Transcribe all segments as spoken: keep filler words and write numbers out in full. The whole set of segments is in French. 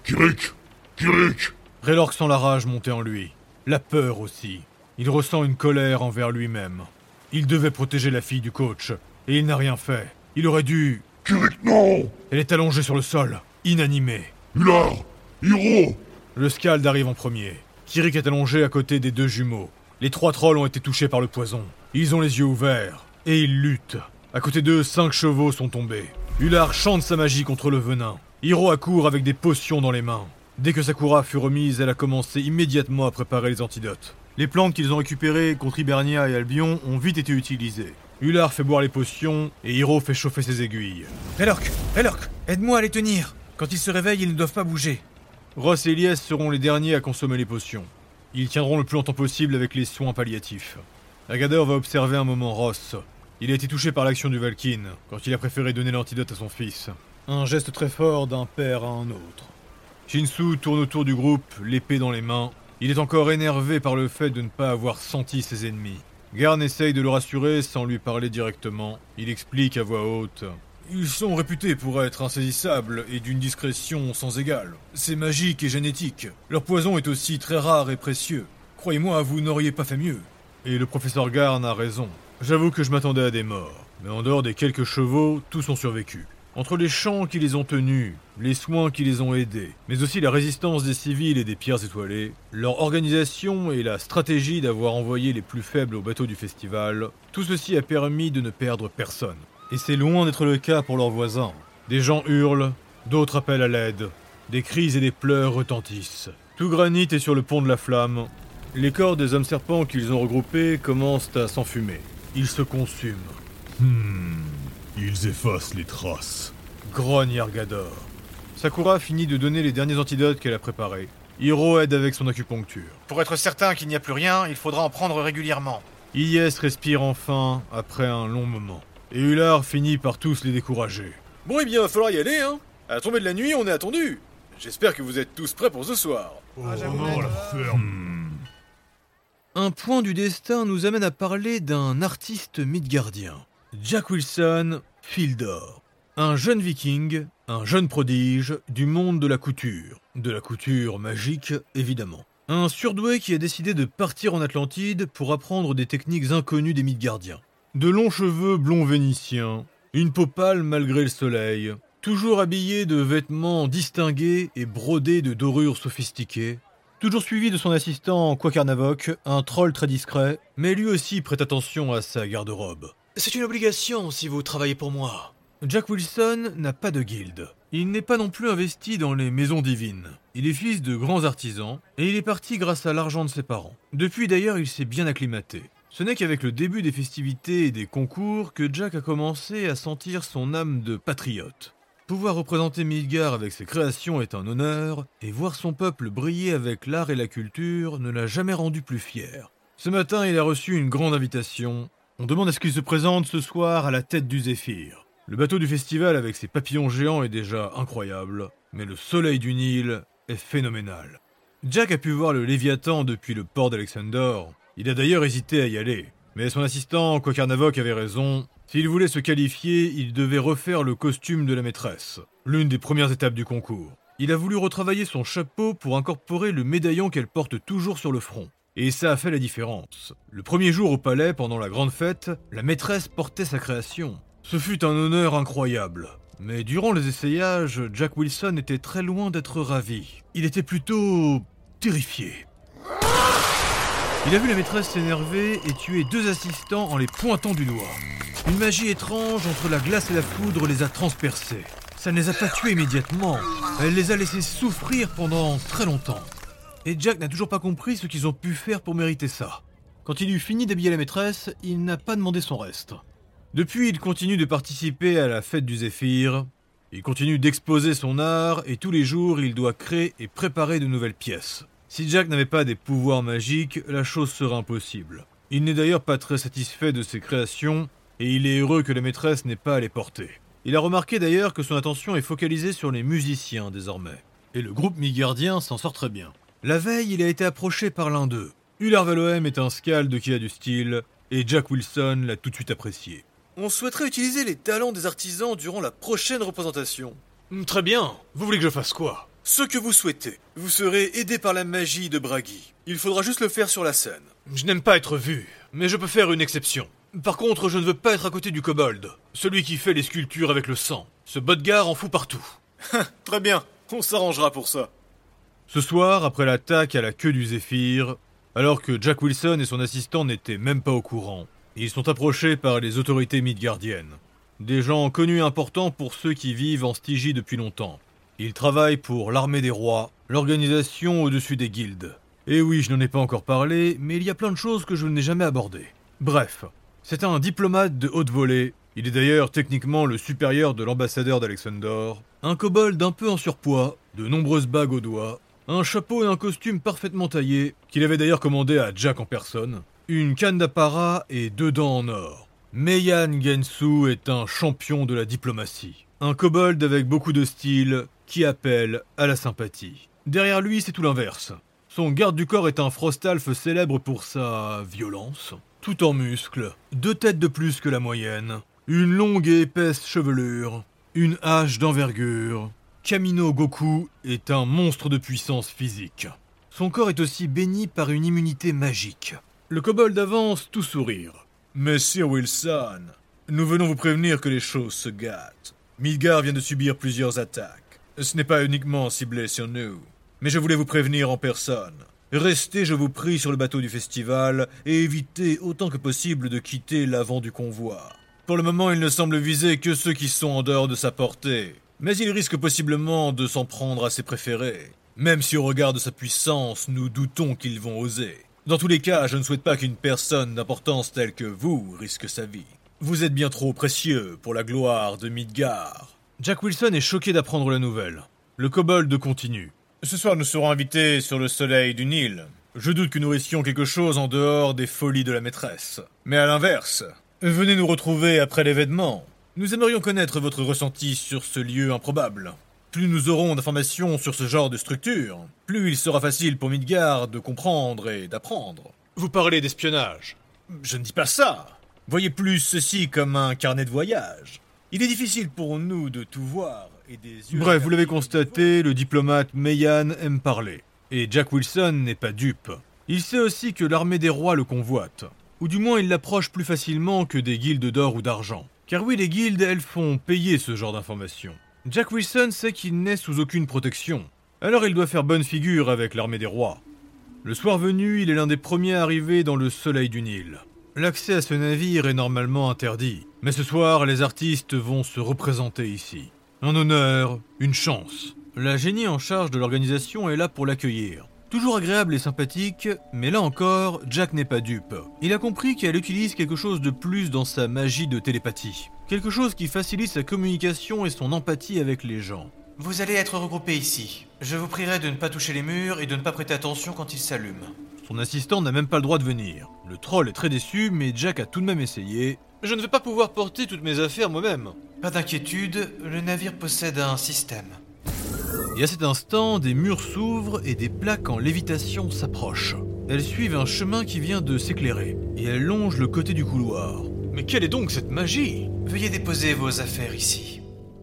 Kirik Kirik Raylork sent la rage monter en lui. La peur aussi. Il ressent une colère envers lui-même. Il devait protéger la fille du coach, et il n'a rien fait. Il aurait dû... Kirik, non! Elle est allongée sur le sol, inanimée. Ular! Hiro! Le Skald arrive en premier. Kirik est allongé à côté des deux jumeaux. Les trois trolls ont été touchés par le poison. Ils ont les yeux ouverts, et ils luttent. À côté d'eux, cinq chevaux sont tombés. Ular chante sa magie contre le venin. Hiro accourt avec des potions dans les mains. Dès que Sakura fut remise, elle a commencé immédiatement à préparer les antidotes. Les plantes qu'ils ont récupérées contre Hibernia et Albion ont vite été utilisées. Ular fait boire les potions, et Hiro fait chauffer ses aiguilles. Raylork, Raylork, aide-moi à les tenir. Quand ils se réveillent, ils ne doivent pas bouger. Ross et Elias seront les derniers à consommer les potions. Ils tiendront le plus longtemps possible avec les soins palliatifs. Agador va observer un moment Ross. Il a été touché par l'action du Valkyne, quand il a préféré donner l'antidote à son fils. Un geste très fort d'un père à un autre. Shinsu tourne autour du groupe, l'épée dans les mains. Il est encore énervé par le fait de ne pas avoir senti ses ennemis. Garn essaye de le rassurer sans lui parler directement. Il explique à voix haute. Ils sont réputés pour être insaisissables et d'une discrétion sans égale. C'est magique et génétique. Leur poison est aussi très rare et précieux. Croyez-moi, vous n'auriez pas fait mieux. Et le professeur Garn a raison. J'avoue que je m'attendais à des morts. Mais en dehors des quelques chevaux, tous ont survécu. Entre les champs qui les ont tenus, les soins qui les ont aidés, mais aussi la résistance des civils et des pierres étoilées, leur organisation et la stratégie d'avoir envoyé les plus faibles au bateau du festival, tout ceci a permis de ne perdre personne. Et c'est loin d'être le cas pour leurs voisins. Des gens hurlent, d'autres appellent à l'aide, des cris et des pleurs retentissent. Tout granit est sur le pont de la flamme. Les corps des hommes serpents qu'ils ont regroupés commencent à s'enfumer. Ils se consument. Hmm... Ils effacent les traces. Grogne Yargador. Sakura finit de donner les derniers antidotes qu'elle a préparés. Hiro aide avec son acupuncture. Pour être certain qu'il n'y a plus rien, il faudra en prendre régulièrement. Ilyes respire enfin, après un long moment. Et Ular finit par tous les décourager. Bon, eh bien, va falloir y aller, hein. À la tombée de la nuit, on est attendu. J'espère que vous êtes tous prêts pour ce soir. Oh, ah, non, la ferme. Un point du destin nous amène à parler d'un artiste midgardien. Jack Wilson, Fildor. Un jeune viking, un jeune prodige du monde de la couture. De la couture magique, évidemment. Un surdoué qui a décidé de partir en Atlantide pour apprendre des techniques inconnues des Midgardiens. De longs cheveux blonds vénitiens, une peau pâle malgré le soleil, toujours habillé de vêtements distingués et brodés de dorures sophistiquées, toujours suivi de son assistant Quacarnavok, un troll très discret, mais lui aussi prête attention à sa garde-robe. C'est une obligation si vous travaillez pour moi. Jack Wilson n'a pas de guilde. Il n'est pas non plus investi dans les maisons divines. Il est fils de grands artisans, et il est parti grâce à l'argent de ses parents. Depuis d'ailleurs, il s'est bien acclimaté. Ce n'est qu'avec le début des festivités et des concours que Jack a commencé à sentir son âme de patriote. Pouvoir représenter Midgard avec ses créations est un honneur, et voir son peuple briller avec l'art et la culture ne l'a jamais rendu plus fier. Ce matin, il a reçu une grande invitation. On demande à ce qu'il se présente ce soir à la tête du Zéphyr. Le bateau du festival avec ses papillons géants est déjà incroyable, mais le soleil du Nil est phénoménal. Jack a pu voir le Léviathan depuis le port d'Alexandor. Il a d'ailleurs hésité à y aller, mais son assistant Quacarnavok avait raison. S'il voulait se qualifier, il devait refaire le costume de la maîtresse, l'une des premières étapes du concours. Il a voulu retravailler son chapeau pour incorporer le médaillon qu'elle porte toujours sur le front. Et ça a fait la différence. Le premier jour au palais, pendant la grande fête, la maîtresse portait sa création. Ce fut un honneur incroyable. Mais durant les essayages, Jack Wilson était très loin d'être ravi. Il était plutôt... terrifié. Il a vu la maîtresse s'énerver et tuer deux assistants en les pointant du doigt. Une magie étrange entre la glace et la foudre les a transpercés. Ça ne les a pas tués immédiatement. Elle les a laissés souffrir pendant très longtemps. Et Jack n'a toujours pas compris ce qu'ils ont pu faire pour mériter ça. Quand il eut fini d'habiller la maîtresse, il n'a pas demandé son reste. Depuis, il continue de participer à la fête du Zéphyr. Il continue d'exposer son art et tous les jours, il doit créer et préparer de nouvelles pièces. Si Jack n'avait pas des pouvoirs magiques, la chose serait impossible. Il n'est d'ailleurs pas très satisfait de ses créations et il est heureux que la maîtresse n'ait pas à les porter. Il a remarqué d'ailleurs que son attention est focalisée sur les musiciens désormais. Et le groupe midgardien s'en sort très bien. La veille, il a été approché par l'un d'eux. Ular Valohem est un Skald qui a du style, et Jack Wilson l'a tout de suite apprécié. On souhaiterait utiliser les talents des artisans durant la prochaine représentation. Très bien. Vous voulez que je fasse quoi ? ce que vous souhaitez. Vous serez aidé par la magie de Bragi. Il faudra juste le faire sur la scène. Je n'aime pas être vu, mais je peux faire une exception. Par contre, je ne veux pas être à côté du kobold, celui qui fait les sculptures avec le sang. Ce Bodgar en fout partout. Très bien, on s'arrangera pour ça. Ce soir, après l'attaque à la queue du Zéphyr, alors que Jack Wilson et son assistant n'étaient même pas au courant, ils sont approchés par les autorités midgardiennes. Des gens connus et importants pour ceux qui vivent en Stygie depuis longtemps. Ils travaillent pour l'armée des rois, l'organisation au-dessus des guildes. Et oui, je n'en ai pas encore parlé, mais il y a plein de choses que je n'ai jamais abordées. Bref, c'est un diplomate de haute volée, il est d'ailleurs techniquement le supérieur de l'ambassadeur d'Alexandor, un kobold un peu en surpoids, de nombreuses bagues aux doigts, un chapeau et un costume parfaitement taillés, qu'il avait d'ailleurs commandé à Jack en personne, une canne d'apparat et deux dents en or. Meian Gensu est un champion de la diplomatie. Un kobold avec beaucoup de style, qui appelle à la sympathie. Derrière lui, c'est tout l'inverse. Son garde du corps est un Frostalf célèbre pour sa violence, tout en muscles, deux têtes de plus que la moyenne, une longue et épaisse chevelure, une hache d'envergure. Kamino Goku est un monstre de puissance physique. Son corps est aussi béni par une immunité magique. Le kobold avance tout sourire. Monsieur Wilson, nous venons vous prévenir que les choses se gâtent. Midgard vient de subir plusieurs attaques. Ce n'est pas uniquement ciblé sur nous, mais je voulais vous prévenir en personne. Restez, je vous prie, sur le bateau du festival et évitez autant que possible de quitter l'avant du convoi. Pour le moment, il ne semble viser que ceux qui sont en dehors de sa portée, mais il risque possiblement de s'en prendre à ses préférés. Même si au regard de sa puissance, nous doutons qu'ils vont oser. Dans tous les cas, je ne souhaite pas qu'une personne d'importance telle que vous risque sa vie. Vous êtes bien trop précieux pour la gloire de Midgard. Jack Wilson est choqué d'apprendre la nouvelle. Le kobold continue. Ce soir, nous serons invités sur le soleil du Nil. Je doute que nous risquions quelque chose en dehors des folies de la maîtresse. Mais à l'inverse, venez nous retrouver après l'événement. Nous aimerions connaître votre ressenti sur ce lieu improbable. Plus nous aurons d'informations sur ce genre de structure, plus il sera facile pour Midgard de comprendre et d'apprendre. Vous parlez d'espionnage. Je ne dis pas ça. Voyez plus ceci comme un carnet de voyage. Il est difficile pour nous de tout voir et des yeux... Bref, vous l'avez constaté, le diplomate Meian aime parler. Et Jack Wilson n'est pas dupe. Il sait aussi que l'armée des rois le convoite. Ou du moins il l'approche plus facilement que des guildes d'or ou d'argent. Car oui, les guildes, elles font payer ce genre d'informations. Jack Wilson sait qu'il n'est sous aucune protection. Alors il doit faire bonne figure avec l'armée des rois. Le soir venu, il est l'un des premiers arrivés dans le soleil du Nil. L'accès à ce navire est normalement interdit. Mais ce soir, les artistes vont se représenter ici. Un honneur, une chance. La génie en charge de l'organisation est là pour l'accueillir. Toujours agréable et sympathique, mais là encore, Jack n'est pas dupe. Il a compris qu'elle utilise quelque chose de plus dans sa magie de télépathie. Quelque chose qui facilite sa communication et son empathie avec les gens. Vous allez être regroupés ici. Je vous prierai de ne pas toucher les murs et de ne pas prêter attention quand ils s'allument. Son assistant n'a même pas le droit de venir. Le troll est très déçu, mais Jack a tout de même essayé. Je ne vais pas pouvoir porter toutes mes affaires moi-même. Pas d'inquiétude, le navire possède un système. Et à cet instant, des murs s'ouvrent et des plaques en lévitation s'approchent. Elles suivent un chemin qui vient de s'éclairer, et elles longent le côté du couloir. Mais quelle est donc cette magie ? Veuillez déposer vos affaires ici.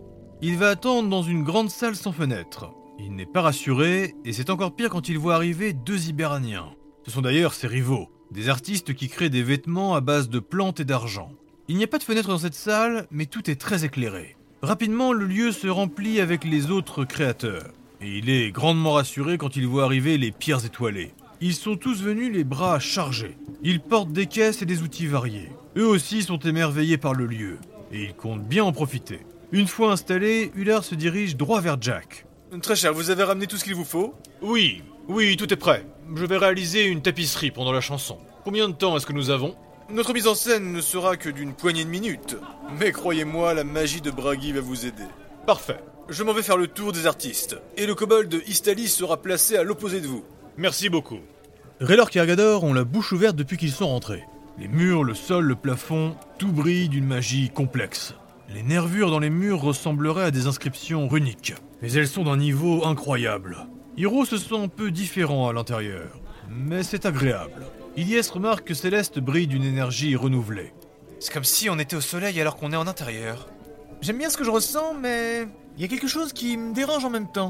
Il va attendre dans une grande salle sans fenêtre. Il n'est pas rassuré, et c'est encore pire quand il voit arriver deux Ibéraniens. Ce sont d'ailleurs ses rivaux, des artistes qui créent des vêtements à base de plantes et d'argent. Il n'y a pas de fenêtre dans cette salle, mais tout est très éclairé. Rapidement, le lieu se remplit avec les autres créateurs. Et il est grandement rassuré quand il voit arriver les pierres étoilées. Ils sont tous venus les bras chargés. Ils portent des caisses et des outils variés. Eux aussi sont émerveillés par le lieu. Et ils comptent bien en profiter. Une fois installé, Ular se dirige droit vers Jack. Très cher, vous avez ramené tout ce qu'il vous faut ? Oui, oui, tout est prêt. Je vais réaliser une tapisserie pendant la chanson. Combien de temps est-ce que nous avons ? Notre mise en scène ne sera que d'une poignée de minutes. Mais croyez-moi, la magie de Bragi va vous aider. Parfait. Je m'en vais faire le tour des artistes. Et le kobold de Istali sera placé à l'opposé de vous. Merci beaucoup. Raylor et Argador ont la bouche ouverte depuis qu'ils sont rentrés. Les murs, le sol, le plafond, tout brille d'une magie complexe. Les nervures dans les murs ressembleraient à des inscriptions runiques. Mais elles sont d'un niveau incroyable. Hiro se sent un peu différent à l'intérieur. Mais c'est agréable. Ilyes remarque que Céleste brille d'une énergie renouvelée. C'est comme si on était au soleil alors qu'on est en intérieur. J'aime bien ce que je ressens, mais il y a quelque chose qui me dérange en même temps.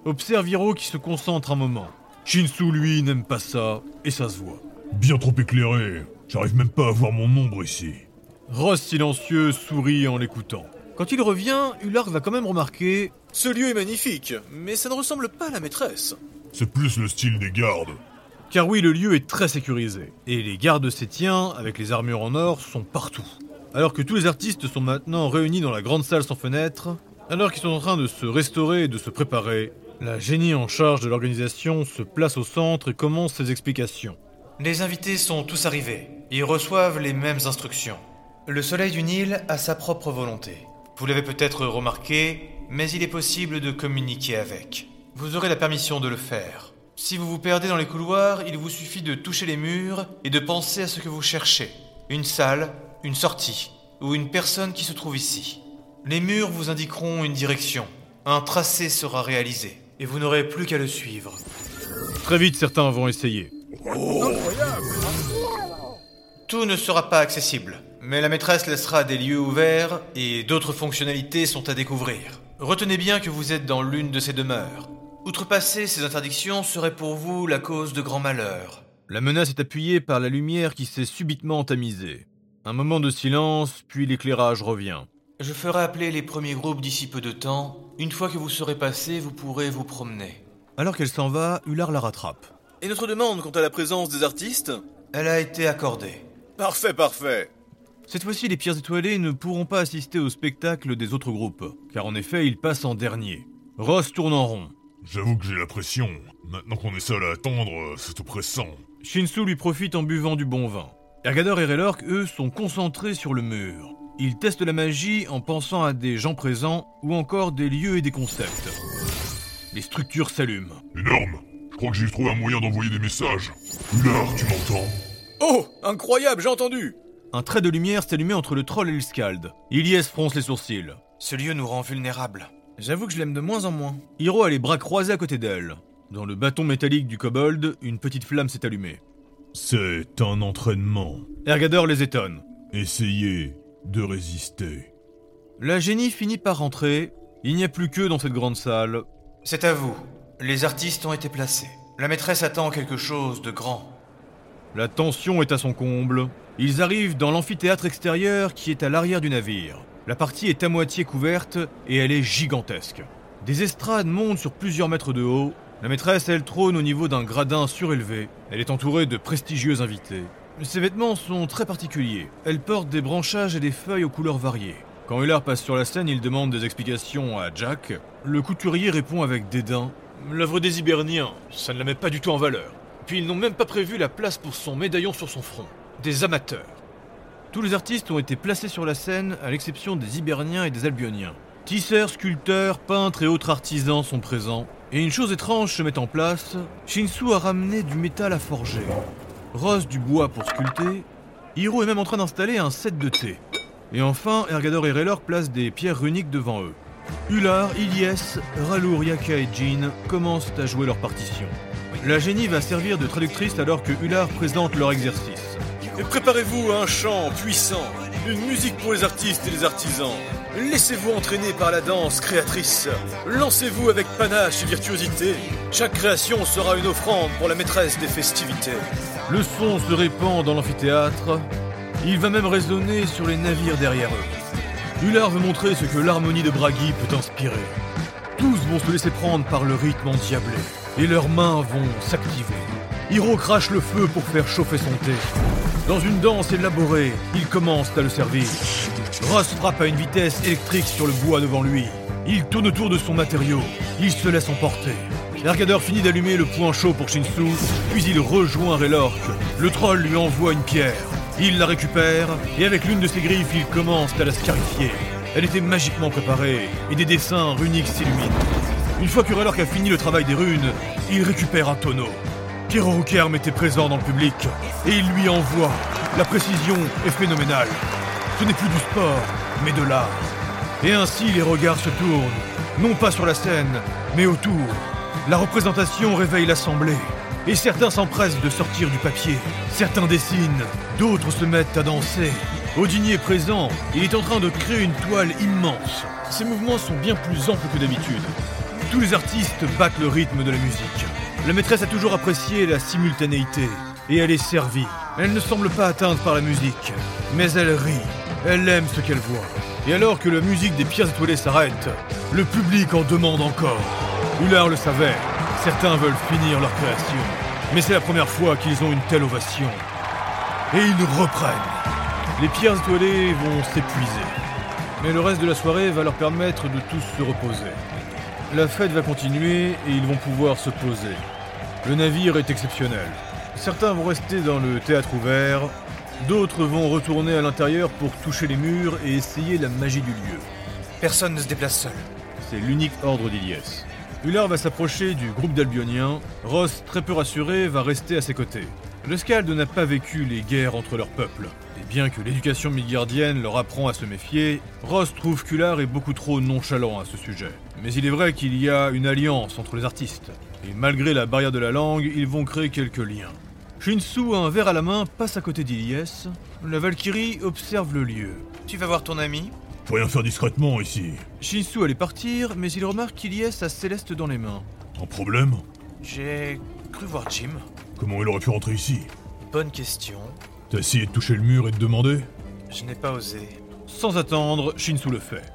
Observe Hiro qui se concentre un moment. Shinsu, lui, n'aime pas ça, et ça se voit. Bien trop éclairé. J'arrive même pas à voir mon ombre ici. Ross, silencieux, sourit en l'écoutant. Quand il revient, Ullard va quand même remarquer... Ce lieu est magnifique, mais ça ne ressemble pas à la maîtresse. C'est plus le style des gardes. Car oui, le lieu est très sécurisé, et les gardes sétiens, avec les armures en or, sont partout. Alors que tous les artistes sont maintenant réunis dans la grande salle sans fenêtre, alors qu'ils sont en train de se restaurer et de se préparer, la génie en charge de l'organisation se place au centre et commence ses explications. Les invités sont tous arrivés. Ils reçoivent les mêmes instructions. Le soleil du Nil a sa propre volonté. Vous l'avez peut-être remarqué, mais il est possible de communiquer avec. Vous aurez la permission de le faire. Si vous vous perdez dans les couloirs, il vous suffit de toucher les murs et de penser à ce que vous cherchez. Une salle, une sortie, ou une personne qui se trouve ici. Les murs vous indiqueront une direction. Un tracé sera réalisé, et vous n'aurez plus qu'à le suivre. Très vite, certains vont essayer. Tout ne sera pas accessible, mais la maîtresse laissera des lieux ouverts et d'autres fonctionnalités sont à découvrir. Retenez bien que vous êtes dans l'une de ces demeures. Outrepasser ces interdictions serait pour vous la cause de grands malheurs. La menace est appuyée par la lumière qui s'est subitement tamisée. Un moment de silence, puis l'éclairage revient. Je ferai appeler les premiers groupes d'ici peu de temps. Une fois que vous serez passé, vous pourrez vous promener. Alors qu'elle s'en va, Ullard la rattrape. Et notre demande quant à la présence des artistes ? Elle a été accordée. Parfait, parfait. Cette fois-ci, les pierres étoilées ne pourront pas assister au spectacle des autres groupes, car en effet, ils passent en dernier. Ross tourne en rond. J'avoue que j'ai la pression. Maintenant qu'on est seul à attendre, c'est oppressant. Shinsu lui profite en buvant du bon vin. Ergador et Raylork, eux, sont concentrés sur le mur. Ils testent la magie en pensant à des gens présents ou encore des lieux et des concepts. Les structures s'allument. Énorme. Je crois que j'ai trouvé un moyen d'envoyer des messages. Ullard, tu m'entends ? Oh, incroyable, j'ai entendu. Un trait de lumière s'allumait entre le troll et le scald. Ilyes fronce les sourcils. Ce lieu nous rend vulnérables. J'avoue que je l'aime de moins en moins. Hiro a les bras croisés à côté d'elle. Dans le bâton métallique du kobold, une petite flamme s'est allumée. C'est un entraînement. Ergador les étonne. Essayez de résister. La génie finit par rentrer. Il n'y a plus qu'eux dans cette grande salle. C'est à vous. Les artistes ont été placés. La maîtresse attend quelque chose de grand. La tension est à son comble. Ils arrivent dans l'amphithéâtre extérieur qui est à l'arrière du navire. La partie est à moitié couverte et elle est gigantesque. Des estrades montent sur plusieurs mètres de haut. La maîtresse, elle, trône au niveau d'un gradin surélevé. Elle est entourée de prestigieux invités. Ses vêtements sont très particuliers. Elle porte des branchages et des feuilles aux couleurs variées. Quand Ullard passe sur la scène, il demande des explications à Jack. Le couturier répond avec dédain. L'œuvre des Hiberniens, ça ne la met pas du tout en valeur. Puis ils n'ont même pas prévu la place pour son médaillon sur son front. Des amateurs. Tous les artistes ont été placés sur la scène, à l'exception des Hiberniens et des Albioniens. Tisseurs, sculpteurs, peintres et autres artisans sont présents. Et une chose étrange se met en place. Shinsu a ramené du métal à forger. Ross du bois pour sculpter. Hiro est même en train d'installer un set de thé. Et enfin, Ergador et Raylork placent des pierres runiques devant eux. Ullard, Ilyes, Ralour, Yaka et Jean commencent à jouer leur partition. La génie va servir de traductrice alors que Ullard présente leur exercice. Et préparez-vous à un chant puissant, une musique pour les artistes et les artisans. Laissez-vous entraîner par la danse créatrice. Lancez-vous avec panache et virtuosité. Chaque création sera une offrande pour la maîtresse des festivités. Le son se répand dans l'amphithéâtre. Il va même résonner sur les navires derrière eux. Ullard veut montrer ce que l'harmonie de Bragi peut inspirer. Tous vont se laisser prendre par le rythme endiablé, et leurs mains vont s'activer. Hiro crache le feu pour faire chauffer son thé. Dans une danse élaborée, il commence à le servir. Ross frappe à une vitesse électrique sur le bois devant lui. Il tourne autour de son matériau. Il se laisse emporter. Ergador finit d'allumer le point chaud pour Shinsu, puis il rejoint Raylork. Le troll lui envoie une pierre. Il la récupère, et avec l'une de ses griffes, il commence à la scarifier. Elle était magiquement préparée, et des dessins runiques s'illuminent. Une fois que Raylork a fini le travail des runes, il récupère un tonneau. Kerorukerm était présent dans le public, et il lui envoie. La précision est phénoménale. Ce n'est plus du sport, mais de l'art. Et ainsi les regards se tournent, non pas sur la scène, mais autour. La représentation réveille l'assemblée, et certains s'empressent de sortir du papier. Certains dessinent, d'autres se mettent à danser. Odini est présent, il est en train de créer une toile immense. Ses mouvements sont bien plus amples que d'habitude. Tous les artistes battent le rythme de la musique. La maîtresse a toujours apprécié la simultanéité, et elle est servie. Elle ne semble pas atteinte par la musique, mais elle rit, elle aime ce qu'elle voit. Et alors que la musique des pierres étoilées s'arrête, le public en demande encore. Ullard le savait, certains veulent finir leur création, mais c'est la première fois qu'ils ont une telle ovation. Et ils reprennent. Les pierres étoilées vont s'épuiser, mais le reste de la soirée va leur permettre de tous se reposer. La fête va continuer et ils vont pouvoir se poser. Le navire est exceptionnel. Certains vont rester dans le théâtre ouvert, d'autres vont retourner à l'intérieur pour toucher les murs et essayer la magie du lieu. Personne ne se déplace seul. C'est l'unique ordre d'Ilyes. Ullard va s'approcher du groupe d'Albioniens. Ross, très peu rassuré, va rester à ses côtés. Le Skald n'a pas vécu les guerres entre leurs peuples. Et bien que l'éducation midgardienne leur apprend à se méfier, Ross trouve qu'Ullard est beaucoup trop nonchalant à ce sujet. Mais il est vrai qu'il y a une alliance entre les artistes. Et malgré la barrière de la langue, ils vont créer quelques liens. Shinsu, un verre à la main, passe à côté d'Ilyes. La Valkyrie observe le lieu. Tu vas voir ton ami ? Faut rien faire discrètement ici. Shinsu allait partir, mais il remarque qu'Ilyes a Céleste dans les mains. Un problème? J'ai cru voir Jim. Comment il aurait pu rentrer ici? Bonne question. T'as essayé de toucher le mur et de demander? Je n'ai pas osé. Sans attendre, Shinsu le fait.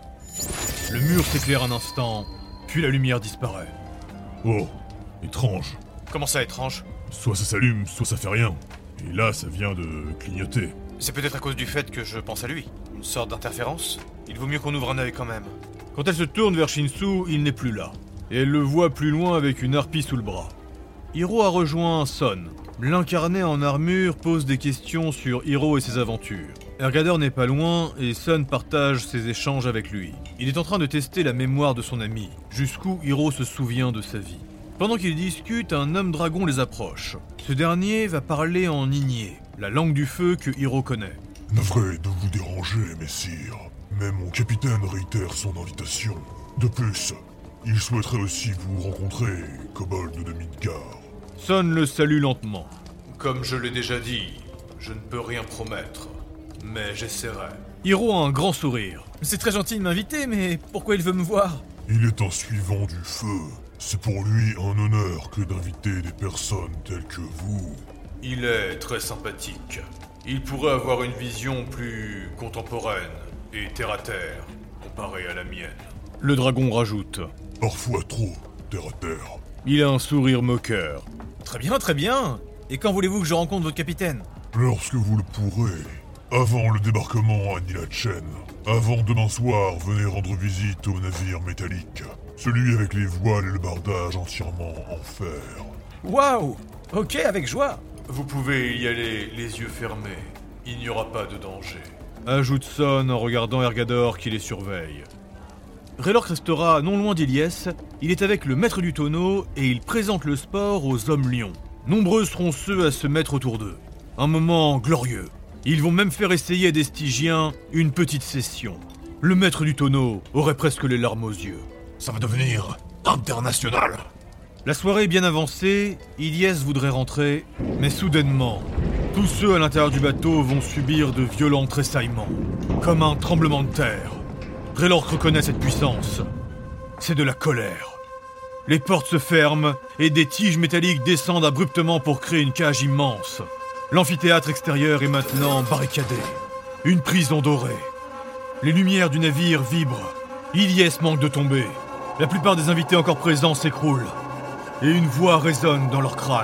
Le mur s'éclaire un instant, puis la lumière disparaît. Oh, étrange. Comment ça, étrange ? Soit ça s'allume, soit ça fait rien. Et là, ça vient de clignoter. C'est peut-être à cause du fait que je pense à lui. Une sorte d'interférence. Il vaut mieux qu'on ouvre un œil quand même. Quand elle se tourne vers Shinsu, il n'est plus là. Et elle le voit plus loin avec une harpie sous le bras. Hiro a rejoint Son. L'incarné en armure pose des questions sur Hiro et ses aventures. Ergador n'est pas loin et Son partage ses échanges avec lui. Il est en train de tester la mémoire de son ami, jusqu'où Hiro se souvient de sa vie. Pendant qu'ils discutent, un homme dragon les approche. Ce dernier va parler en igné, la langue du feu que Hiro connaît. Navré de vous déranger, messire, mais mon capitaine réitère son invitation. De plus, il souhaiterait aussi vous rencontrer, kobold de Midgard. Son le salue lentement. Comme je l'ai déjà dit, je ne peux rien promettre, mais j'essaierai. Hiro a un grand sourire. C'est très gentil de m'inviter, mais pourquoi il veut me voir? Il est un suivant du feu. C'est pour lui un honneur que d'inviter des personnes telles que vous. Il est très sympathique. Il pourrait avoir une vision plus contemporaine et terre-à-terre, comparée à la mienne. Le dragon rajoute. Parfois trop terre à terre. Il a un sourire moqueur. Très bien, très bien. Et quand voulez-vous que je rencontre votre capitaine? Lorsque vous le pourrez, avant le débarquement à Nilachen. Avant demain soir, venez rendre visite au navire métallique. Celui avec les voiles et le bardage entièrement en fer. Waouh! Ok, avec joie. Vous pouvez y aller les yeux fermés. Il n'y aura pas de danger. Ajoute Son en regardant Ergador qui les surveille. Raylord restera non loin d'Ilyes. Il est avec le maître du tonneau et il présente le sport aux hommes lions. Nombreux seront ceux à se mettre autour d'eux. Un moment glorieux. Ils vont même faire essayer des Stygiens une petite session. Le maître du tonneau aurait presque les larmes aux yeux. Ça va devenir international. La soirée est bien avancée, Ilyes voudrait rentrer, mais soudainement, tous ceux à l'intérieur du bateau vont subir de violents tressaillements, comme un tremblement de terre. Raylord reconnaît cette puissance. C'est de la colère. Les portes se ferment et des tiges métalliques descendent abruptement pour créer une cage immense. L'amphithéâtre extérieur est maintenant barricadé. Une prison dorée. Les lumières du navire vibrent. Ilyes manque de tomber. La plupart des invités encore présents s'écroulent. Et une voix résonne dans leur crâne.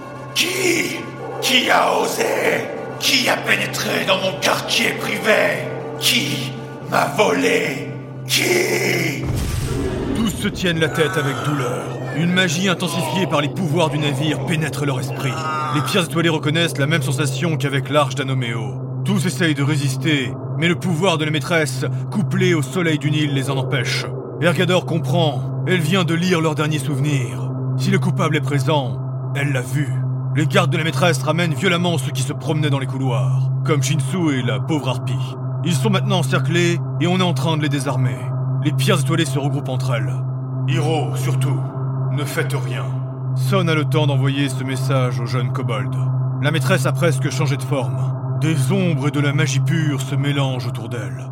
Qui Qui a osé Qui a pénétré dans mon quartier privé Qui m'a volé Qui Tous se tiennent la tête avec douleur. Une magie intensifiée par les pouvoirs du navire pénètre leur esprit. Les pierres étoilées reconnaissent la même sensation qu'avec l'arche d'Anoméo. Tous essayent de résister, mais le pouvoir de la maîtresse, couplé au soleil du Nil, les en empêche. Ergador comprend. Elle vient de lire leurs derniers souvenirs. Si le coupable est présent, elle l'a vu. Les gardes de la maîtresse ramènent violemment ceux qui se promenaient dans les couloirs, comme Shinsu et la pauvre harpie. Ils sont maintenant encerclés et on est en train de les désarmer. Les pierres étoilées se regroupent entre elles. Hiro, surtout, ne faites rien. Son a le temps d'envoyer ce message au jeune kobold. La maîtresse a presque changé de forme. Des ombres et de la magie pure se mélangent autour d'elle.